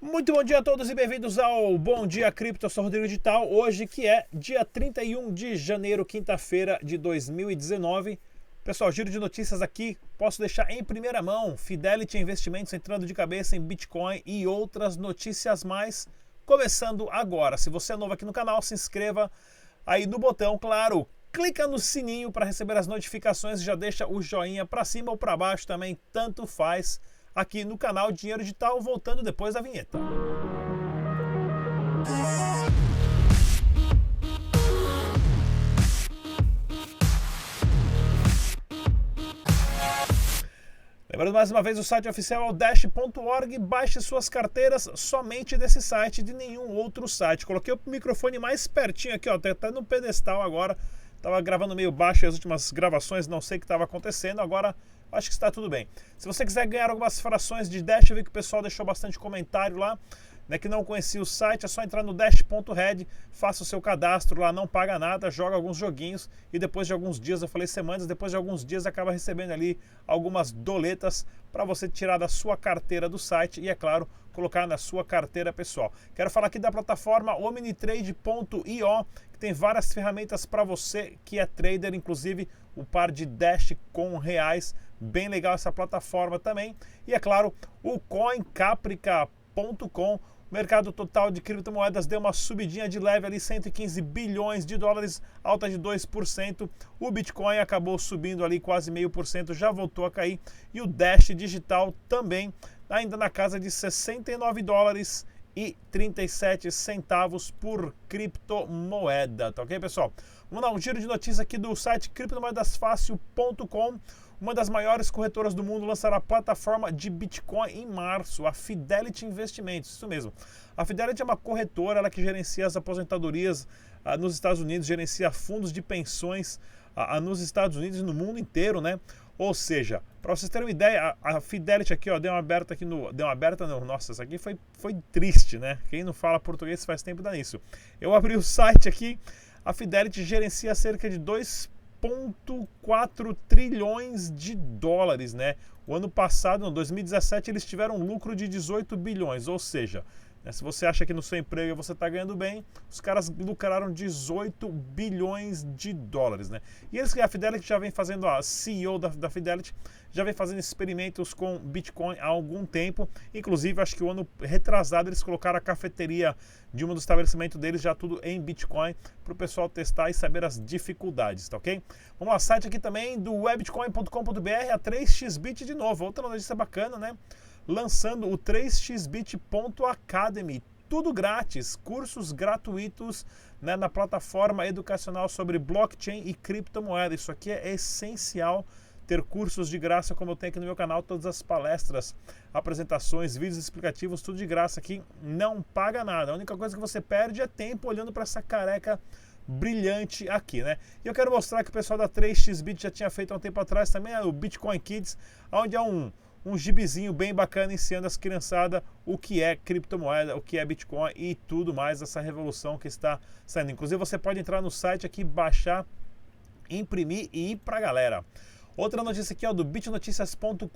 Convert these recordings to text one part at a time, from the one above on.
Muito bom dia a todos e bem-vindos ao Bom Dia Cripto. Eu sou o Rodrigo Digital. Hoje que é dia 31 de janeiro, quinta-feira de 2019. Pessoal, giro de notícias aqui. Posso deixar em primeira mão. Fidelity Investimentos entrando de cabeça em Bitcoin e outras notícias mais. Começando agora. Se você é novo aqui no canal, se inscreva aí no botão, claro. Clica no sininho para receber as notificações e já deixa o joinha para cima ou para baixo também, tanto faz. Aqui no canal Dinheiro Digital, voltando depois da vinheta. Lembrando mais uma vez, o site oficial é o dash.org. Baixe suas carteiras somente desse site, de nenhum outro site. Coloquei o microfone mais pertinho aqui, ó, até no pedestal agora. Estava gravando meio baixo as últimas gravações, não sei o que estava acontecendo, agora acho que está tudo bem. Se você quiser ganhar algumas frações de Dash, eu vi que o pessoal deixou bastante comentário lá, né, que não conhecia o site, é só entrar no dash.red, faça o seu cadastro lá, não paga nada, joga alguns joguinhos e depois de alguns dias, eu falei semanas, depois de alguns dias acaba recebendo ali algumas doletas para você tirar da sua carteira do site e, é claro, colocar na sua carteira pessoal. Quero falar aqui da plataforma omnitrade.io, que tem várias ferramentas para você que é trader, inclusive o par de Dash com reais, bem legal essa plataforma também. E é claro, o coincaprica.com. O mercado total de criptomoedas deu uma subidinha de leve ali, 115 bilhões de dólares, alta de 2%. O Bitcoin acabou subindo ali quase 0,5%, já voltou a cair. E o Dash digital também, ainda na casa de 69 dólares e 37 centavos por criptomoeda, tá ok, pessoal? Vamos dar um giro de notícias aqui do site criptomoedasfácil.com. Uma das maiores corretoras do mundo lançará a plataforma de Bitcoin em março, a Fidelity Investimentos, isso mesmo. A Fidelity é uma corretora, ela que gerencia as aposentadorias nos Estados Unidos, gerencia fundos de pensões nos Estados Unidos e no mundo inteiro, né? Ou seja, para vocês terem uma ideia, a Fidelity aqui, ó, deu uma aberta aqui no... Deu uma aberta não, nossa, isso aqui foi triste, né? Quem não fala português faz tempo dá nisso. Eu abri o site aqui, a Fidelity gerencia cerca de 2,4 trilhões de dólares, né? O ano passado, em 2017, eles tiveram um lucro de 18 bilhões, ou seja, né, se você acha que no seu emprego você está ganhando bem, os caras lucraram 18 bilhões de dólares, né? E eles, a Fidelity já vem fazendo, a CEO da Fidelity, já vem fazendo experimentos com Bitcoin há algum tempo. Inclusive, acho que o ano retrasado eles colocaram a cafeteria de um dos estabelecimentos deles já tudo em Bitcoin para o pessoal testar e saber as dificuldades, tá ok? Vamos lá, site aqui também do webitcoin.com.br, a 3xBit de novo, outra notícia bacana, né? Lançando o 3xBit.academy, tudo grátis, cursos gratuitos, né, na plataforma educacional sobre blockchain e criptomoeda. Isso aqui é essencial, ter cursos de graça como eu tenho aqui no meu canal, todas as palestras, apresentações, vídeos explicativos, tudo de graça aqui, não paga nada. A única coisa que você perde é tempo olhando para essa careca brilhante aqui, né? E eu quero mostrar que o pessoal da 3xBit já tinha feito há um tempo atrás também, o Bitcoin Kids, onde há um gibizinho bem bacana ensinando as criançadas o que é criptomoeda, o que é Bitcoin e tudo mais, essa revolução que está saindo. Inclusive você pode entrar no site aqui, baixar, imprimir e ir para a galera. Outra notícia aqui, ó, do bitnoticias.com.br,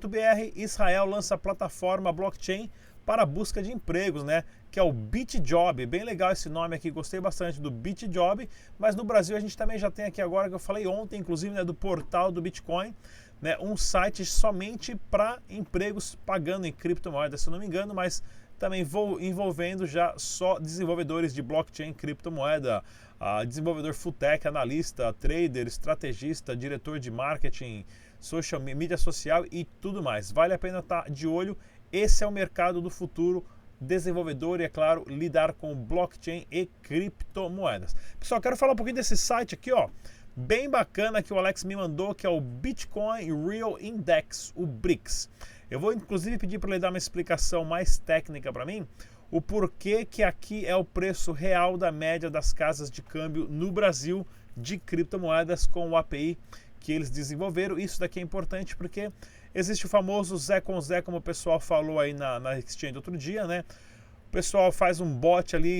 Israel lança a plataforma blockchain para busca de empregos, né? Que é o BitJob, bem legal esse nome aqui, gostei bastante do BitJob, mas no Brasil a gente também já tem aqui agora, que eu falei ontem, inclusive, né, do portal do Bitcoin, né, um site somente para empregos pagando em criptomoedas, se eu não me engano, mas também envolvendo já só desenvolvedores de blockchain e criptomoeda, desenvolvedor full tech, analista, trader, estrategista, diretor de marketing, mídia social e tudo mais. Vale a pena estar de olho, esse é o mercado do futuro, desenvolvedor e, é claro, lidar com blockchain e criptomoedas. Pessoal, quero falar um pouquinho desse site aqui, ó, bem bacana, que o Alex me mandou, que é o Bitcoin Real Index, o BRICS. Eu vou inclusive pedir para ele dar uma explicação mais técnica para mim, o porquê que aqui é o preço real da média das casas de câmbio no Brasil de criptomoedas com o API que eles desenvolveram. Isso daqui é importante porque existe o famoso Zé com Zé, como o pessoal falou aí na Exchange outro dia, né? O pessoal faz um bot ali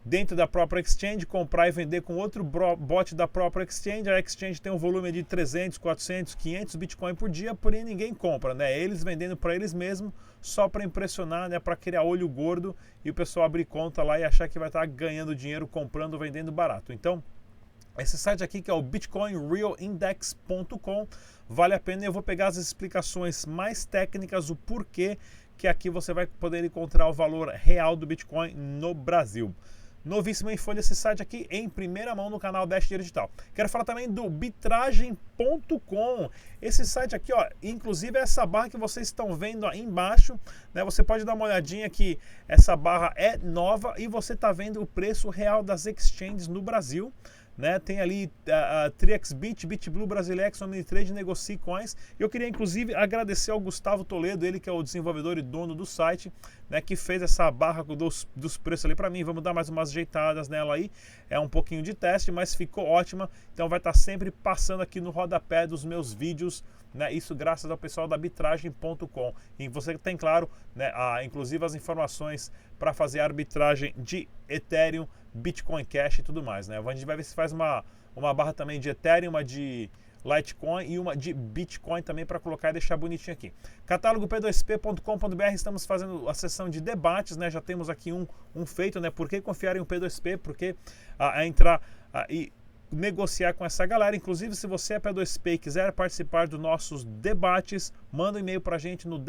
dentro da própria exchange, comprar e vender com outro bot da própria exchange. A exchange tem um volume de 300, 400, 500 Bitcoin por dia, porém ninguém compra, né? Eles vendendo para eles mesmos, só para impressionar, né? Para criar olho gordo e o pessoal abrir conta lá e achar que vai estar ganhando dinheiro comprando ou vendendo barato. Então, esse site aqui, que é o bitcoinrealindex.com, vale a pena. Eu vou pegar as explicações mais técnicas, o porquê que aqui você vai poder encontrar o valor real do Bitcoin no Brasil. Novíssimo em folha esse site aqui, em primeira mão no canal Dash Dinheiro Digital. Quero falar também do Bitragem.com. Esse site aqui, ó, inclusive essa barra que vocês estão vendo aí embaixo, né? Você pode dar uma olhadinha que essa barra é nova e você está vendo o preço real das exchanges no Brasil. Né? Tem ali a TriXBit, BitBlue, Brasilex, Omnitrade, Negocie Coins. Eu queria inclusive agradecer ao Gustavo Toledo, ele que é o desenvolvedor e dono do site, né, que fez essa barra dos preços ali para mim. Vamos dar mais umas ajeitadas nela aí. É um pouquinho de teste, mas ficou ótima. Então vai estar sempre passando aqui no rodapé dos meus vídeos, né? Isso graças ao pessoal da Bitragem.com. E você tem, claro, né, inclusive as informações para fazer a arbitragem de Ethereum, Bitcoin Cash e tudo mais, né? A gente vai ver se faz uma barra também de Ethereum, uma de Litecoin e uma de Bitcoin também para colocar e deixar bonitinho aqui. Catálogo p2p.com.br, estamos fazendo a sessão de debates, né? Já temos aqui um feito, né? Por que confiar em um P2P? Por que entrar e negociar com essa galera? Inclusive, se você é P2P e quiser participar dos nossos debates, manda um e-mail pra gente no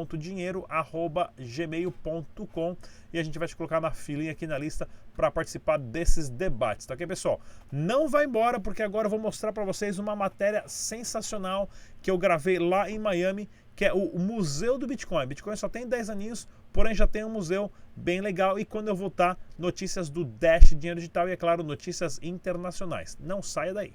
dash.dinheiro@gmail.com e a gente vai te colocar na filinha aqui na lista para participar desses debates, tá ok, pessoal? Não vai embora, porque agora eu vou mostrar para vocês uma matéria sensacional que eu gravei lá em Miami, que é o Museu do Bitcoin. Bitcoin só tem 10 aninhos, porém já tem um museu bem legal. E quando eu voltar, notícias do Dash Dinheiro Digital e, é claro, notícias internacionais. Não saia daí.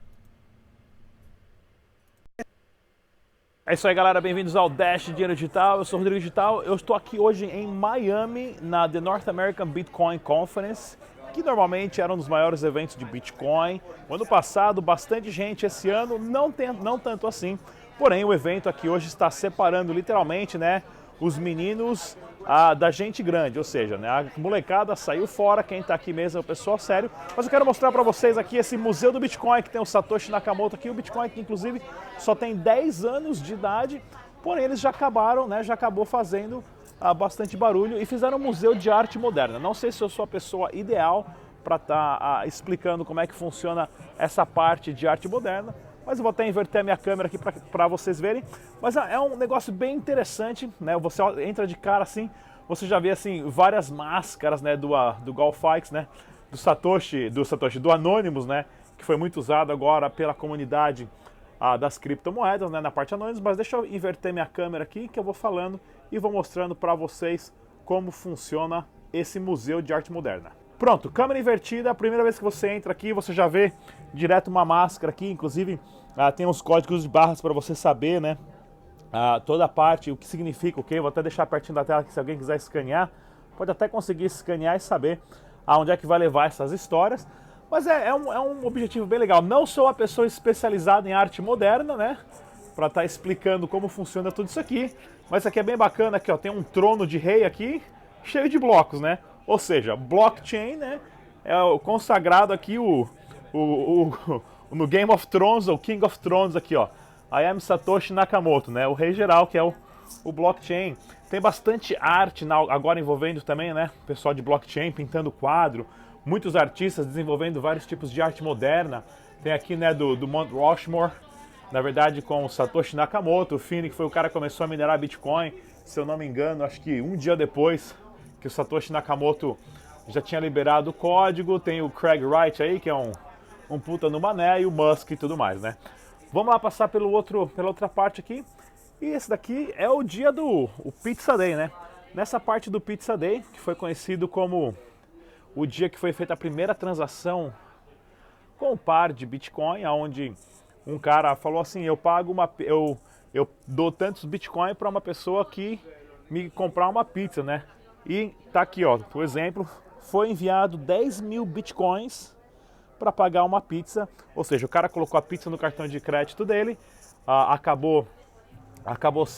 É isso aí, galera, bem-vindos ao Dash Dinheiro Digital. Eu sou o Rodrigo Digital. Eu estou aqui hoje em Miami, na The North American Bitcoin Conference, que normalmente era um dos maiores eventos de Bitcoin. O ano passado, bastante gente. Esse ano, não tanto assim. Porém, o evento aqui hoje está separando literalmente, né, os meninos da gente grande, ou seja, né, a molecada saiu fora, quem está aqui mesmo é o pessoal sério. Mas eu quero mostrar para vocês aqui esse Museu do Bitcoin, que tem o Satoshi Nakamoto aqui, o Bitcoin que inclusive só tem 10 anos de idade, porém eles já acabaram, né, já acabou fazendo bastante barulho e fizeram um museu de arte moderna. Não sei se eu sou a pessoa ideal para estar explicando como é que funciona essa parte de arte moderna, mas eu vou até inverter a minha câmera aqui para vocês verem. Mas é um negócio bem interessante, né? Você entra de cara assim, você já vê assim várias máscaras, né, do GolfX, né, do Anonymous, né, que foi muito usado agora pela comunidade das criptomoedas, né, na parte Anonymous. Mas deixa eu inverter minha câmera aqui, que eu vou falando e vou mostrando para vocês como funciona esse museu de arte moderna. Pronto, câmera invertida, a primeira vez que você entra aqui, você já vê direto uma máscara aqui, inclusive tem uns códigos de barras para você saber, né, toda a parte, o que significa, ok? Vou até deixar pertinho da tela aqui, se alguém quiser escanear, pode até conseguir escanear e saber aonde é que vai levar essas histórias. Mas é um objetivo bem legal. Não sou uma pessoa especializada em arte moderna, né, para estar explicando como funciona tudo isso aqui, mas isso aqui é bem bacana, aqui ó, tem um trono de rei aqui, cheio de blocos, né? Ou seja, blockchain, né, é o consagrado aqui, no Game of Thrones, o King of Thrones aqui, ó. I am Satoshi Nakamoto, né, o rei geral, que é o blockchain. Tem bastante arte agora envolvendo também, né, pessoal de blockchain, pintando quadro, muitos artistas desenvolvendo vários tipos de arte moderna. Tem aqui, né, do Mount Rushmore, na verdade com o Satoshi Nakamoto, o Finney, que foi o cara que começou a minerar Bitcoin, se eu não me engano, acho que um dia depois que o Satoshi Nakamoto já tinha liberado o código. Tem o Craig Wright aí, que é um puta no mané, e o Musk e tudo mais, né? Vamos lá passar pela outra parte aqui. E esse daqui é o dia o Pizza Day, né? Nessa parte do Pizza Day, que foi conhecido como o dia que foi feita a primeira transação com o par de Bitcoin, onde um cara falou assim, eu dou tantos Bitcoin para uma pessoa que me comprar uma pizza, né? E tá aqui, ó, por exemplo, foi enviado 10 mil Bitcoins para pagar uma pizza. Ou seja, o cara colocou a pizza no cartão de crédito dele, acabou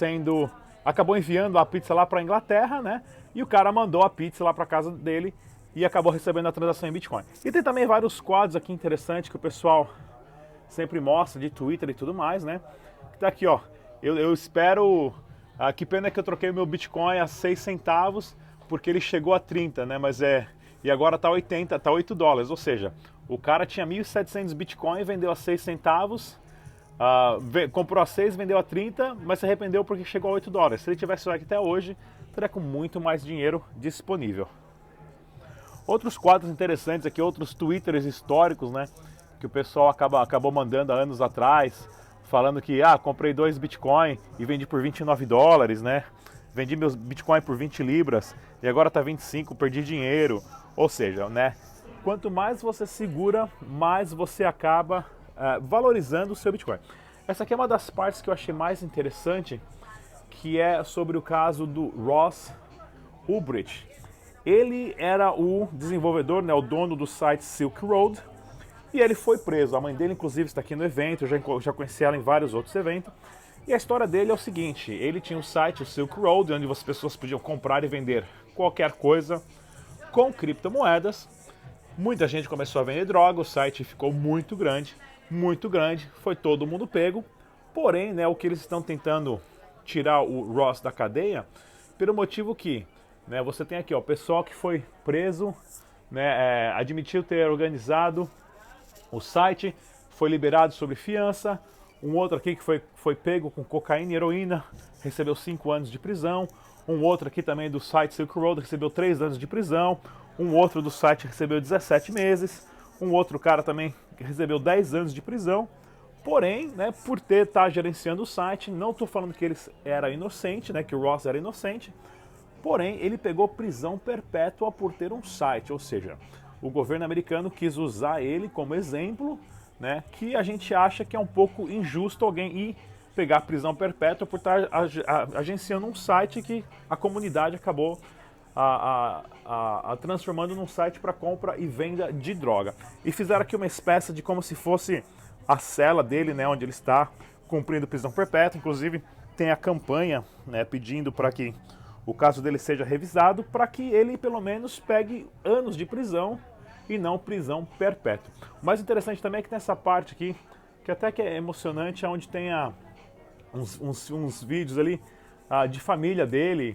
enviando a pizza lá para a Inglaterra, né? E o cara mandou a pizza lá para casa dele e acabou recebendo a transação em Bitcoin. E tem também vários quadros aqui interessantes que o pessoal sempre mostra de Twitter e tudo mais, né? Tá aqui, ó. Eu espero... que pena que eu troquei o meu Bitcoin a 6 centavos, porque ele chegou a 30, né? Mas e agora tá 80, tá 8 dólares. Ou seja, o cara tinha 1.700 Bitcoin, vendeu a 6 centavos, comprou a 6, vendeu a 30, mas se arrependeu porque chegou a 8 dólares. Se ele tivesse aqui até hoje, estaria com muito mais dinheiro disponível. Outros quadros interessantes aqui, outros twitters históricos, né? Que o pessoal acabou mandando há anos atrás, falando que, comprei 2 Bitcoin e vendi por 29 dólares, né? Vendi meus Bitcoin por 20 libras e agora tá 25, perdi dinheiro. Ou seja, né? Quanto mais você segura, mais você acaba valorizando o seu Bitcoin. Essa aqui é uma das partes que eu achei mais interessante, que é sobre o caso do Ross Ulbricht. Ele era o desenvolvedor, né, o dono do site Silk Road, e ele foi preso. A mãe dele, inclusive, está aqui no evento, eu já conheci ela em vários outros eventos. E a história dele é o seguinte: ele tinha um site, o Silk Road, onde as pessoas podiam comprar e vender qualquer coisa com criptomoedas. Muita gente começou a vender droga, o site ficou muito grande, foi todo mundo pego. Porém, né, o que eles estão tentando tirar o Ross da cadeia, pelo motivo que, né, você tem aqui, ó, o pessoal que foi preso, né, admitiu ter organizado o site, foi liberado sob fiança. Um outro aqui que foi pego com cocaína e heroína, recebeu 5 anos de prisão. Um outro aqui também do site Silk Road recebeu 3 anos de prisão. Um outro do site recebeu 17 meses. Um outro cara também recebeu 10 anos de prisão. Porém, né, por estar gerenciando o site, não estou falando que ele era inocente, né, que o Ross era inocente. Porém, ele pegou prisão perpétua por ter um site, ou seja, o governo americano quis usar ele como exemplo, né, que a gente acha que é um pouco injusto alguém ir pegar prisão perpétua por estar agenciando um site que a comunidade acabou transformando num site para compra e venda de droga. E fizeram aqui uma espécie de como se fosse a cela dele, né, onde ele está cumprindo prisão perpétua. Inclusive tem a campanha, né, pedindo para que o caso dele seja revisado, para que ele pelo menos pegue anos de prisão e não prisão perpétua. O mais interessante também é que tem essa parte aqui, que até que é emocionante, onde tem uns vídeos ali de família dele,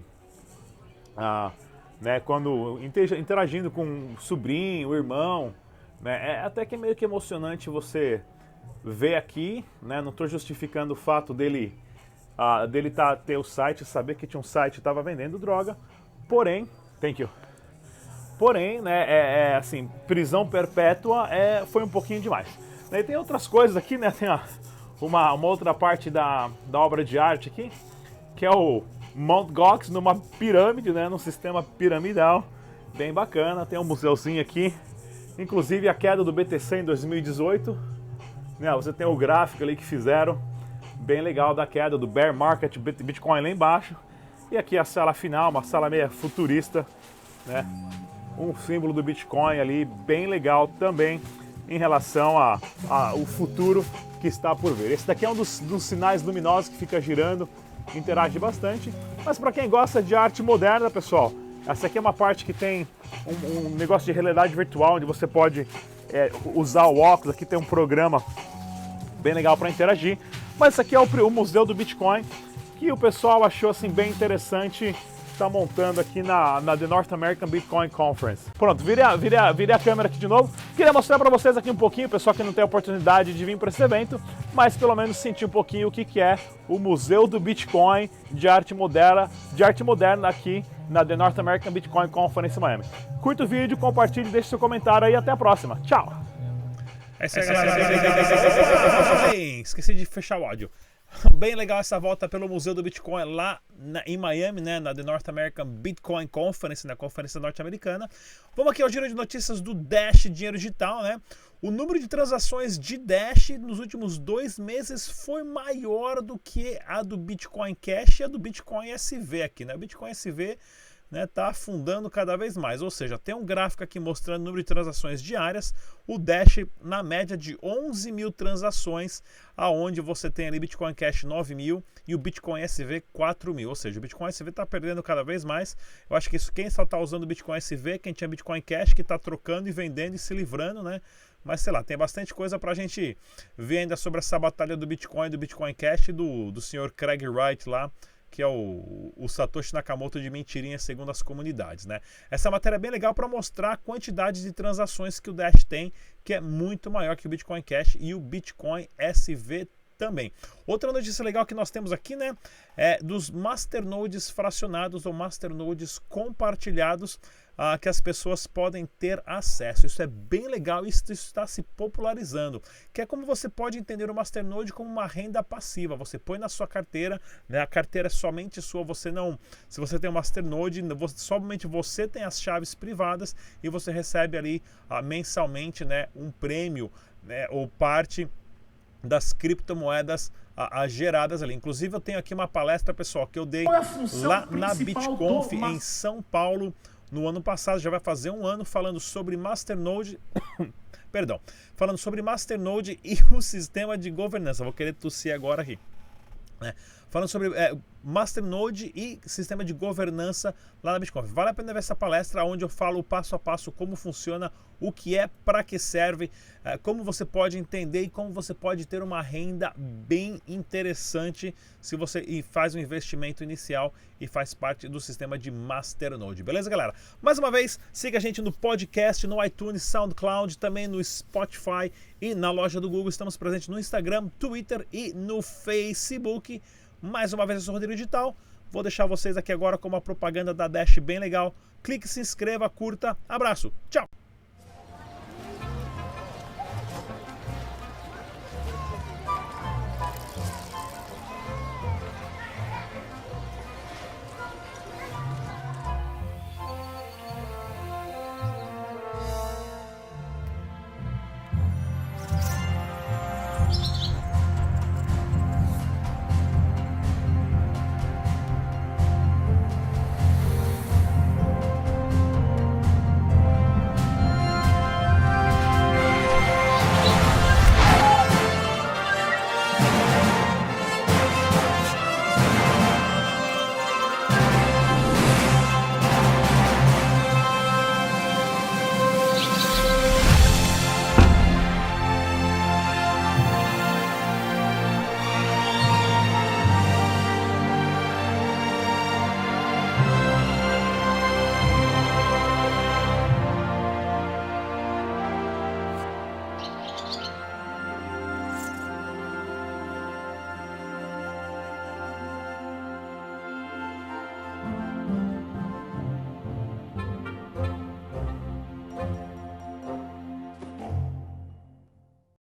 né, quando interagindo com o sobrinho, o irmão, né, é até que é meio que emocionante você ver aqui, né, não estou justificando o fato dele ter o site, saber que tinha um site e estava vendendo droga, porém, porém, né, assim, prisão perpétua foi um pouquinho demais. E tem outras coisas aqui, né, tem uma outra parte da obra de arte aqui, que é o Mount Gox numa pirâmide, né, num sistema piramidal, bem bacana. Tem um museuzinho aqui, inclusive a queda do BTC em 2018, né, você tem o gráfico ali que fizeram, bem legal, da queda do bear market Bitcoin lá embaixo. E aqui a sala final, uma sala meio futurista, né, um símbolo do Bitcoin ali, bem legal também em relação ao futuro que está por vir. Esse daqui é um dos sinais luminosos que fica girando, interage bastante. Mas para quem gosta de arte moderna, pessoal, essa aqui é uma parte que tem um negócio de realidade virtual, onde você pode usar o óculos. Aqui tem um programa bem legal para interagir. Mas esse aqui é o Museu do Bitcoin, que o pessoal achou assim bem interessante. Está montando aqui na The North American Bitcoin Conference. Pronto, virei a câmera aqui de novo. Queria mostrar para vocês aqui um pouquinho, pessoal que não tem a oportunidade de vir para esse evento, mas pelo menos sentir um pouquinho o que é o Museu do Bitcoin de arte moderna aqui na The North American Bitcoin Conference em Miami. Curta o vídeo, compartilhe, deixe seu comentário aí, até a próxima. Tchau! Esqueci de fechar o áudio. Bem legal essa volta pelo Museu do Bitcoin lá em Miami, né, na The North American Bitcoin Conference, na conferência norte-americana. Vamos aqui ao giro de notícias do Dash Dinheiro Digital, né? O número de transações de Dash nos últimos 2 meses foi maior do que a do Bitcoin Cash e a do Bitcoin SV aqui, né? O Bitcoin SV né, tá afundando cada vez mais, ou seja, tem um gráfico aqui mostrando o número de transações diárias, o Dash na média de 11 mil transações, aonde você tem ali Bitcoin Cash 9 mil e o Bitcoin SV 4 mil, ou seja, o Bitcoin SV está perdendo cada vez mais. Eu acho que isso, quem só está usando o Bitcoin SV, quem tinha Bitcoin Cash, que está trocando e vendendo e se livrando, né? Mas sei lá, tem bastante coisa para a gente ver ainda sobre essa batalha do Bitcoin Cash e do senhor Craig Wright lá, que é o Satoshi Nakamoto de mentirinha segundo as comunidades, né? Essa matéria é bem legal para mostrar a quantidade de transações que o Dash tem, que é muito maior que o Bitcoin Cash e o Bitcoin SV também. Outra notícia legal que nós temos aqui, né, é dos masternodes fracionados ou masternodes compartilhados, que as pessoas podem ter acesso. Isso é bem legal e isso está se popularizando, que é como você pode entender o masternode como uma renda passiva. Você põe na sua carteira, né, a carteira é somente sua, você não, se você tem um masternode, somente você tem as chaves privadas e você recebe ali mensalmente, né, um prêmio, né, ou parte das criptomoedas geradas ali. Inclusive eu tenho aqui uma palestra, pessoal, que eu dei lá na BitConf em São Paulo no ano passado, já vai fazer um ano, falando sobre masternode perdão, falando sobre masternode e o sistema de governança. Vou querer tossir agora aqui, né? Falando sobre masternode e sistema de governança lá na BitConf. Vale a pena ver essa palestra onde eu falo passo a passo como funciona, o que é, para que serve, como você pode entender e como você pode ter uma renda bem interessante se você faz um investimento inicial e faz parte do sistema de masternode. Beleza, galera? Mais uma vez, siga a gente no podcast, no iTunes, SoundCloud, também no Spotify e na loja do Google. Estamos presentes no Instagram, Twitter e no Facebook. Mais uma vez, eu sou o Rodrigo Digital. Vou deixar vocês aqui agora com uma propaganda da Dash bem legal. Clique, se inscreva, curta. Abraço. Tchau.